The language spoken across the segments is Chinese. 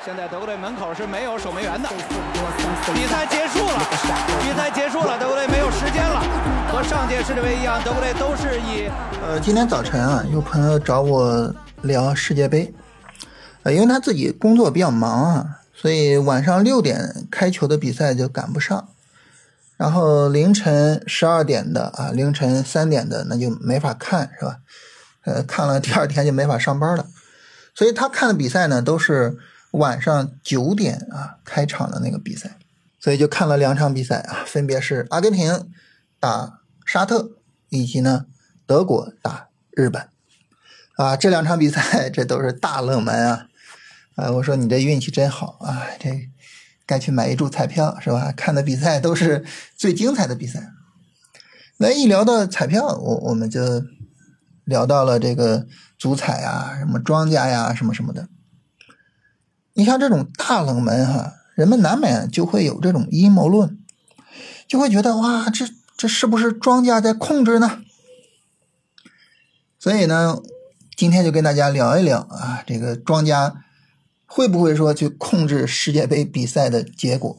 现在德国队门口是没有守门员的。比赛结束了，德国队没有时间了。和上届世界杯一样，德国队都是以今天早晨啊，有朋友找我聊世界杯，因为他自己工作比较忙啊，所以晚上6点开球的比赛就赶不上，然后凌晨12点的啊，凌晨3点的那就没法看，是吧？看了第二天就没法上班了，所以他看的比赛呢都是晚上9点啊开场的那个比赛，所以就看了2场比赛啊，分别是阿根廷打沙特以及呢德国打日本啊，这2场比赛这都是大冷门啊！我说你这运气真好啊，这该去买一注彩票是吧？看的比赛都是最精彩的比赛。那一聊到彩票，我们就聊到了这个足彩啊，什么庄家呀，什么什么的。你像这种大冷门哈，人们难免就会有这种阴谋论，就会觉得哇，这是不是庄家在控制呢？所以呢，今天就跟大家聊一聊啊，这个庄家会不会说去控制世界杯比赛的结果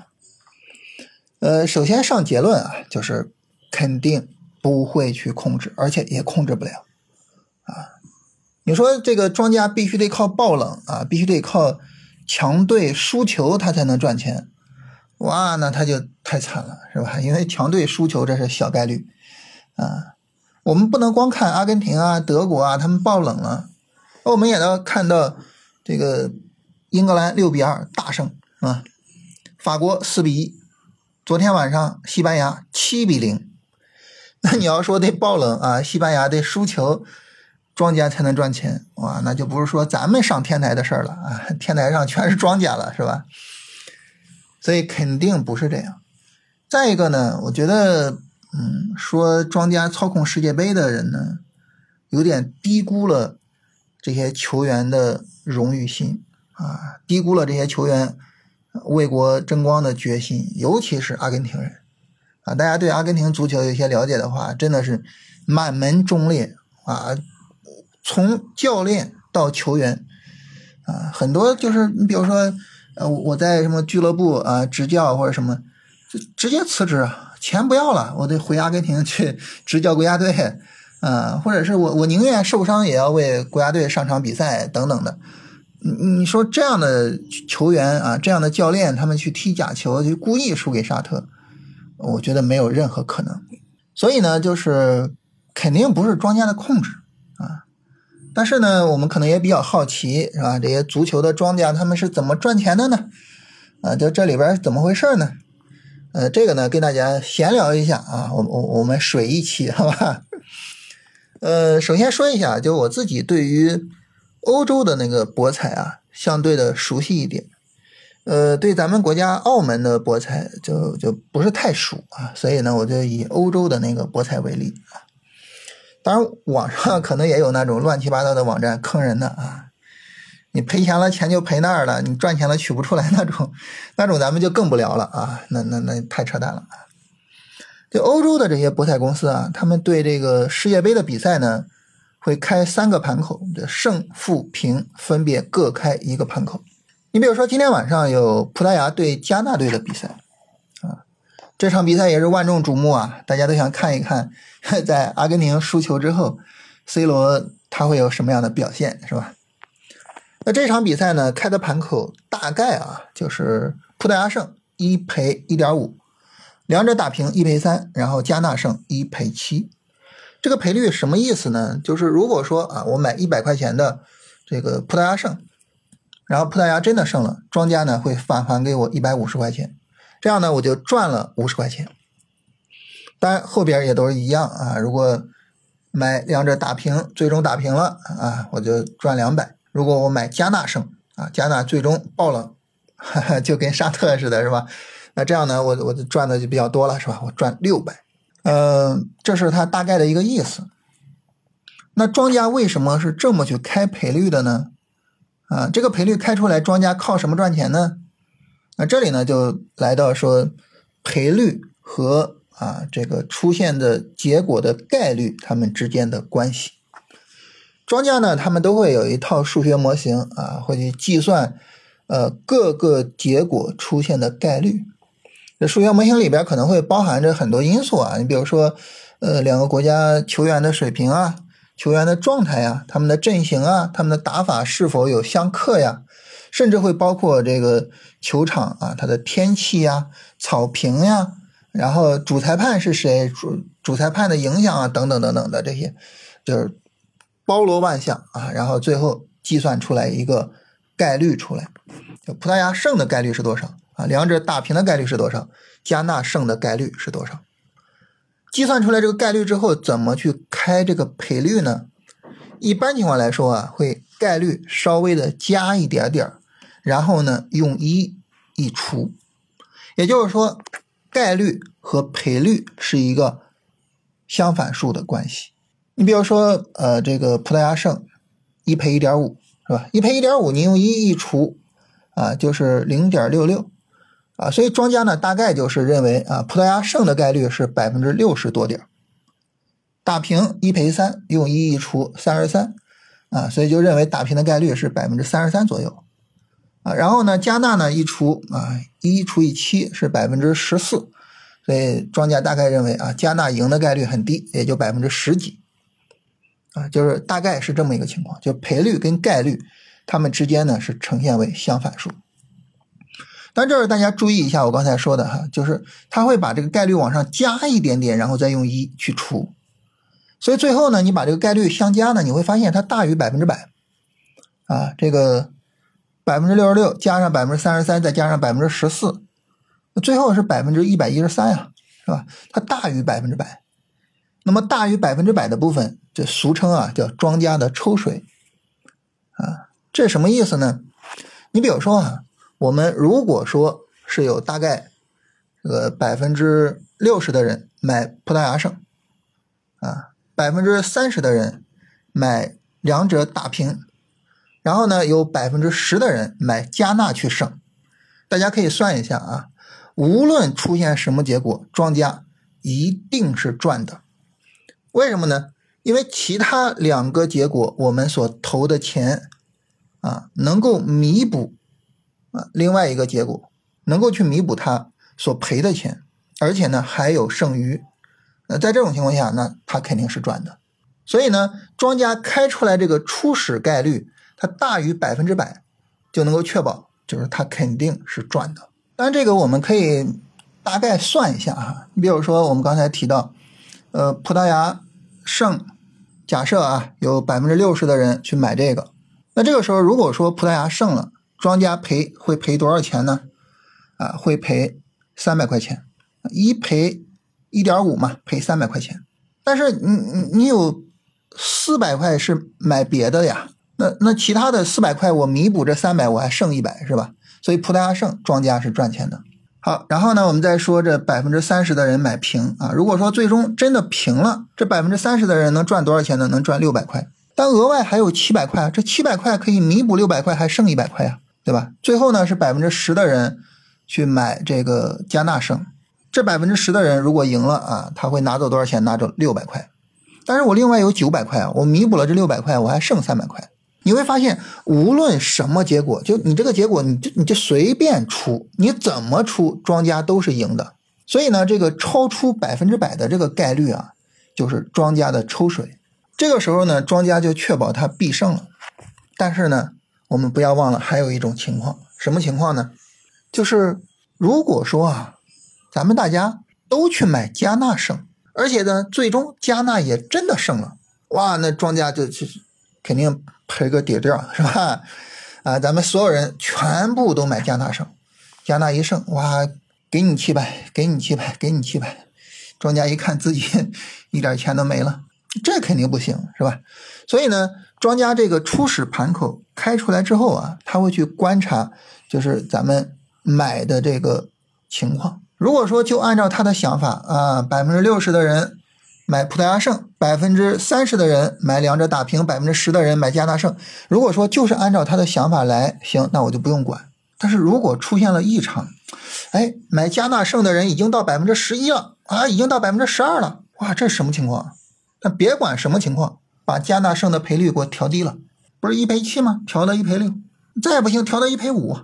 啊？首先上结论啊，就是肯定不会去控制，而且也控制不了啊。你说这个庄家必须得靠爆冷啊，必须得靠强队输球他才能赚钱，哇，那他就太惨了，是吧？因为强队输球这是小概率啊。我们不能光看阿根廷啊、德国啊他们爆冷了，我们也要看到这个英格兰6-2大胜啊，法国4-1，昨天晚上西班牙7-0。那你要说得爆冷啊，西班牙得输球，庄家才能赚钱，哇，那就不是说咱们上天台的事儿了啊，天台上全是庄家了，是吧？所以肯定不是这样。再一个呢，我觉得说庄家操控世界杯的人呢，有点低估了这些球员的荣誉心啊，低估了这些球员为国争光的决心，尤其是阿根廷人啊。大家对阿根廷足球有些了解的话，真的是满门忠烈啊，从教练到球员啊，很多就是你比如说我在什么俱乐部啊执教或者什么，就直接辞职，钱不要了，我得回阿根廷去执教国家队或者是我宁愿受伤也要为国家队上场比赛等等的。你说这样的球员啊，这样的教练，他们去踢假球就故意输给沙特，我觉得没有任何可能。所以呢，就是肯定不是庄家的控制啊。但是呢，我们可能也比较好奇，是吧？这些足球的庄家他们是怎么赚钱的呢？就这里边怎么回事呢？这个呢跟大家闲聊一下啊，我们水一期，好吧？首先说一下，就我自己对于欧洲的那个博彩啊，相对的熟悉一点。对咱们国家澳门的博彩就不是太熟啊，所以呢，我就以欧洲的那个博彩为例啊。当然，网上可能也有那种乱七八糟的网站坑人的啊，你赔钱了钱就赔那儿了，你赚钱了取不出来那种咱们就更不聊了啊，那太扯淡了啊。就欧洲的这些博彩公司啊，他们对这个世界杯的比赛呢，会开3个盘口，胜负平分别各开1个盘口。你比如说今天晚上有葡萄牙对加纳队的比赛啊，这场比赛也是万众瞩目啊，大家都想看一看在阿根廷输球之后 C 罗他会有什么样的表现，是吧？那这场比赛呢，开的盘口大概啊就是葡萄牙胜1赔 1.5， 两者打平1赔3，然后加纳胜1赔7。这个赔率什么意思呢？就是如果说啊，我买100块钱的这个葡萄牙胜，然后葡萄牙真的胜了，庄家呢会返还给我150块钱，这样呢我就赚了50块钱。当然后边也都是一样啊，如果买两者打平，最终打平了啊，我就赚200。如果我买加纳胜啊，加纳最终爆冷，就跟沙特似的，是吧？那这样呢，我就赚的就比较多了，是吧？我赚600。这是它大概的一个意思。那庄家为什么是这么去开赔率的呢？这个赔率开出来，庄家靠什么赚钱呢？那这里呢就来到说赔率和这个出现的结果的概率它们之间的关系。庄家呢他们都会有一套数学模型啊，会去计算各个结果出现的概率。这数学模型里边可能会包含着很多因素啊，你比如说两个国家球员的水平啊，球员的状态呀，他们的阵型啊，他们的打法是否有相克呀，甚至会包括这个球场啊，它的天气呀，草坪呀，然后主裁判是谁，主裁判的影响啊，等等等等的，这些就是包罗万象啊，然后最后计算出来一个概率出来，就葡萄牙胜的概率是多少啊？两者打平的概率是多少？加纳胜的概率是多少？计算出来这个概率之后，怎么去开这个赔率呢？一般情况来说啊，会概率稍微的加一点点，然后呢用1一除，也就是说概率和赔率是一个相反数的关系。你比如说这个葡萄牙胜1赔 1.5 是吧？1赔 1.5 你用1一除啊，就是 0.66 啊，所以庄家呢大概就是认为啊，葡萄牙胜的概率是 60% 多点，打平1赔3用1一除 33啊，所以就认为打平的概率是 33% 左右啊。然后呢加纳呢一除啊，1除以7是 14%， 所以庄家大概认为啊，加纳赢的概率很低，也就 10几啊，就是大概是这么一个情况，就赔率跟概率它们之间呢是呈现为相反数。但这儿大家注意一下我刚才说的哈，就是它会把这个概率往上加一点点，然后再用1去除，所以最后呢你把这个概率相加呢，你会发现它大于100%啊，这个 66% 加上 33% 再加上 14%， 最后是 113% 啊，是吧？它大于100%。那么大于100%的部分，这俗称啊叫庄家的抽水啊，这什么意思呢？你比如说啊，我们如果说是有大概60%的人买葡萄牙胜啊，30%的人买两者打平，然后呢有 10% 的人买加纳去胜，大家可以算一下啊，无论出现什么结果，庄家一定是赚的。为什么呢？因为其他两个结果我们所投的钱啊，能够弥补另外一个结果，能够去弥补他所赔的钱，而且呢还有剩余。在这种情况下，那他肯定是赚的。所以呢，庄家开出来这个初始概率，它大于100%，就能够确保就是他肯定是赚的。当然这个我们可以大概算一下啊，你比如说我们刚才提到葡萄牙胜，假设啊有 60% 的人去买这个，那这个时候如果说葡萄牙胜了，庄家会赔多少钱呢？啊，会赔300块钱，1赔 1.5 嘛，赔300块钱。但是你有400块是买别的呀，那其他的400块我弥补这300，我还剩100是吧？所以葡萄牙胜庄家是赚钱的。好，然后呢我们再说这 30% 的人买平啊，如果说最终真的平了，这 30% 的人能赚多少钱呢？能赚600块。但额外还有700块，这700块可以弥补600块，还剩100块啊，对吧？最后呢是 10% 的人去买这个加纳胜，这 10% 的人如果赢了啊，他会拿走多少钱？拿走600块。但是我另外有900块啊，我弥补了这600块，我还剩300块。你会发现无论什么结果，就你这个结果你就随便出，你怎么出庄家都是赢的。所以呢这个超出100%的这个概率啊，就是庄家的抽水。这个时候呢庄家就确保他必胜了。但是呢我们不要忘了还有一种情况，什么情况呢？就是如果说啊咱们大家都去买加纳胜，而且呢最终加纳也真的胜了，哇，那庄家就肯定赔个底调是吧？啊，咱们所有人全部都买加纳胜，加纳一胜，哇，给你700，给你700，给你700，庄家一看自己一点钱都没了，这肯定不行是吧？所以呢庄家这个初始盘口开出来之后啊，他会去观察就是咱们买的这个情况。如果说就按照他的想法啊，60%的人买葡萄牙胜， 30% 的人买两者打平， 10% 的人买加纳胜，如果说就是按照他的想法来，行，那我就不用管。但是如果出现了异常，买加纳胜的人已经到 11% 了啊，已经到 12% 了，哇，这是什么情况？那别管什么情况，把加纳胜的赔率给我调低了，不是1赔7吗？调到1赔6，再不行调到1赔5，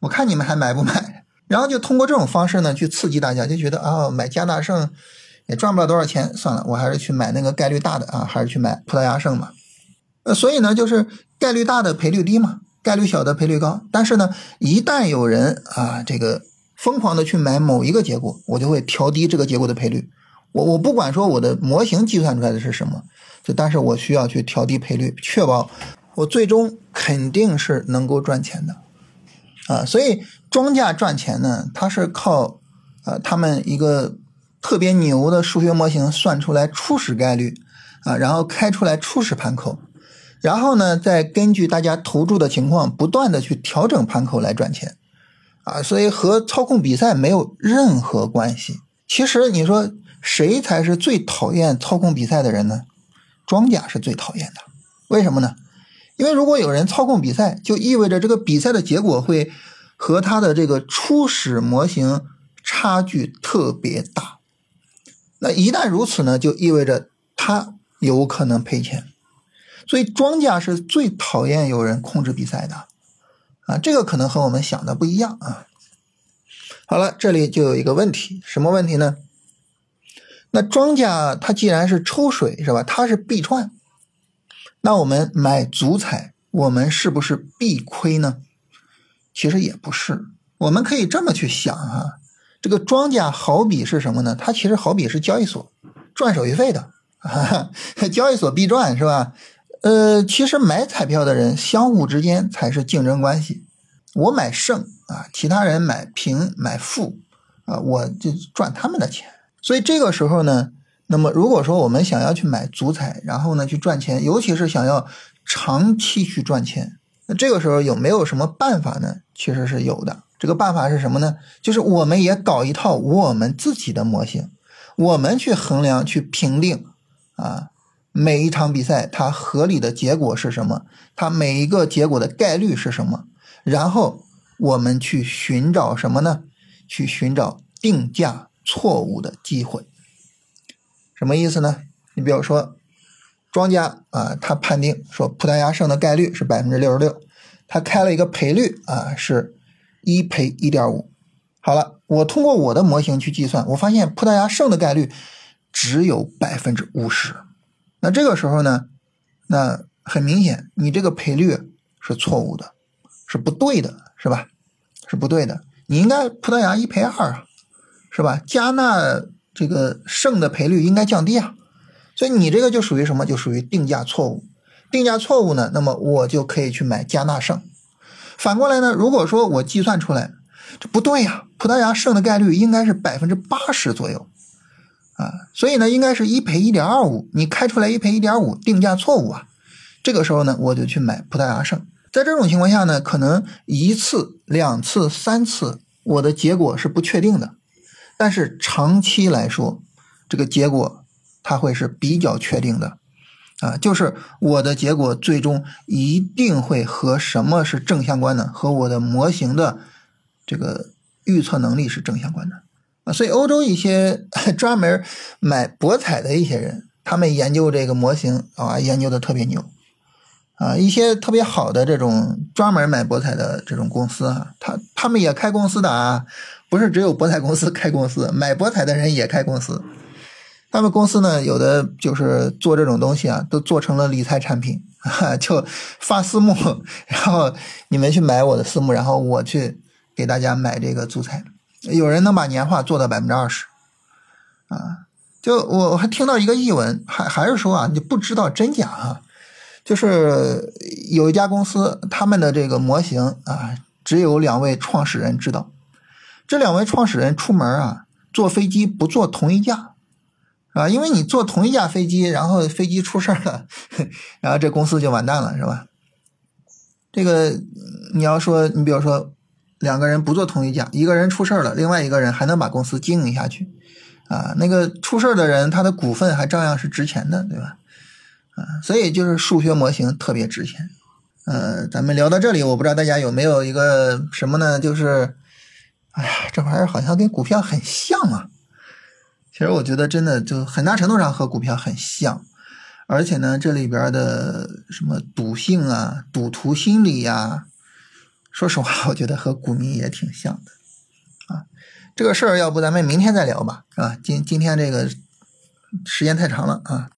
我看你们还买不买？然后就通过这种方式呢去刺激大家，就觉得啊，买加大胜也赚不了多少钱，算了，我还是去买那个概率大的啊，还是去买葡萄牙胜嘛。所以呢就是概率大的赔率低嘛，概率小的赔率高。但是呢一旦有人啊这个疯狂的去买某一个结果，我就会调低这个结果的赔率。我不管说我的模型计算出来的是什么，但是我需要去调低赔率，确保我最终肯定是能够赚钱的啊。所以庄家赚钱呢，它是靠他们一个特别牛的数学模型算出来初始概率啊，然后开出来初始盘口，然后呢再根据大家投注的情况不断的去调整盘口来赚钱啊。所以和操控比赛没有任何关系。其实你说谁才是最讨厌操控比赛的人呢？庄家是最讨厌的。为什么呢？因为如果有人操控比赛，就意味着这个比赛的结果会和他的这个初始模型差距特别大。那一旦如此呢，就意味着他有可能赔钱。所以庄家是最讨厌有人控制比赛的啊，这个可能和我们想的不一样啊。好了，这里就有一个问题，什么问题呢？那庄家它既然是抽水是吧，它是必赚，那我们买足彩我们是不是必亏呢？其实也不是。我们可以这么去想啊，这个庄家好比是什么呢？它其实好比是交易所赚手续费的交易所必赚是吧？其实买彩票的人相互之间才是竞争关系，我买胜啊，其他人买平买负啊，我就赚他们的钱。所以这个时候呢，那么如果说我们想要去买足彩，然后呢去赚钱，尤其是想要长期去赚钱，那这个时候有没有什么办法呢？其实是有的。这个办法是什么呢？就是我们也搞一套我们自己的模型，我们去衡量去评定啊，每一场比赛它合理的结果是什么，它每一个结果的概率是什么，然后我们去寻找什么呢？去寻找定价错误的机会。什么意思呢？你比如说庄家啊，他判定说葡萄牙胜的概率是 66%， 他开了一个赔率啊是1赔 1.5。 好了，我通过我的模型去计算，我发现葡萄牙胜的概率只有 50%。 那这个时候呢，那很明显你这个赔率是错误的，是不对的，是吧？是不对的，你应该葡萄牙1赔2啊，是吧？加纳这个胜的赔率应该降低啊，所以你这个就属于什么？就属于定价错误。定价错误呢，那么我就可以去买加纳胜。反过来呢，如果说我计算出来这不对呀，葡萄牙胜的概率应该是 80% 左右啊，所以呢应该是1赔 1.25， 你开出来1赔 1.5， 定价错误啊。这个时候呢我就去买葡萄牙胜。在这种情况下呢，可能1次2次3次我的结果是不确定的，但是长期来说这个结果它会是比较确定的啊，就是我的结果最终一定会和什么是正相关的？和我的模型的这个预测能力是正相关的啊。所以欧洲一些专门买博彩的一些人，他们研究这个模型啊，研究的特别牛啊。一些特别好的这种专门买博彩的这种公司啊，他们也开公司的啊，不是只有博彩公司开公司，买博彩的人也开公司。他们公司呢，有的就是做这种东西啊，都做成了理财产品就发私募，然后你们去买我的私募，然后我去给大家买这个足彩。有人能把年化做到 20% 啊。就我还听到一个译文，还是说啊，你不知道真假啊。就是有一家公司，他们的这个模型啊，只有2位创始人知道。这2位创始人出门啊，坐飞机不坐同一架啊，因为你坐同一架飞机，然后飞机出事了，然后这公司就完蛋了，是吧？这个你要说，你比如说2个人不坐同一架，一个人出事了，另外一个人还能把公司经营下去啊，那个出事的人他的股份还照样是值钱的，对吧？啊，所以就是数学模型特别值钱。咱们聊到这里，我不知道大家有没有一个什么呢？就是哎呀，这玩意儿好像跟股票很像啊。其实我觉得真的就很大程度上和股票很像，而且呢这里边的什么赌性啊、赌徒心理啊， 说实话，我觉得和股民也挺像的啊。这个事儿要不咱们明天再聊吧，啊，今天这个时间太长了啊。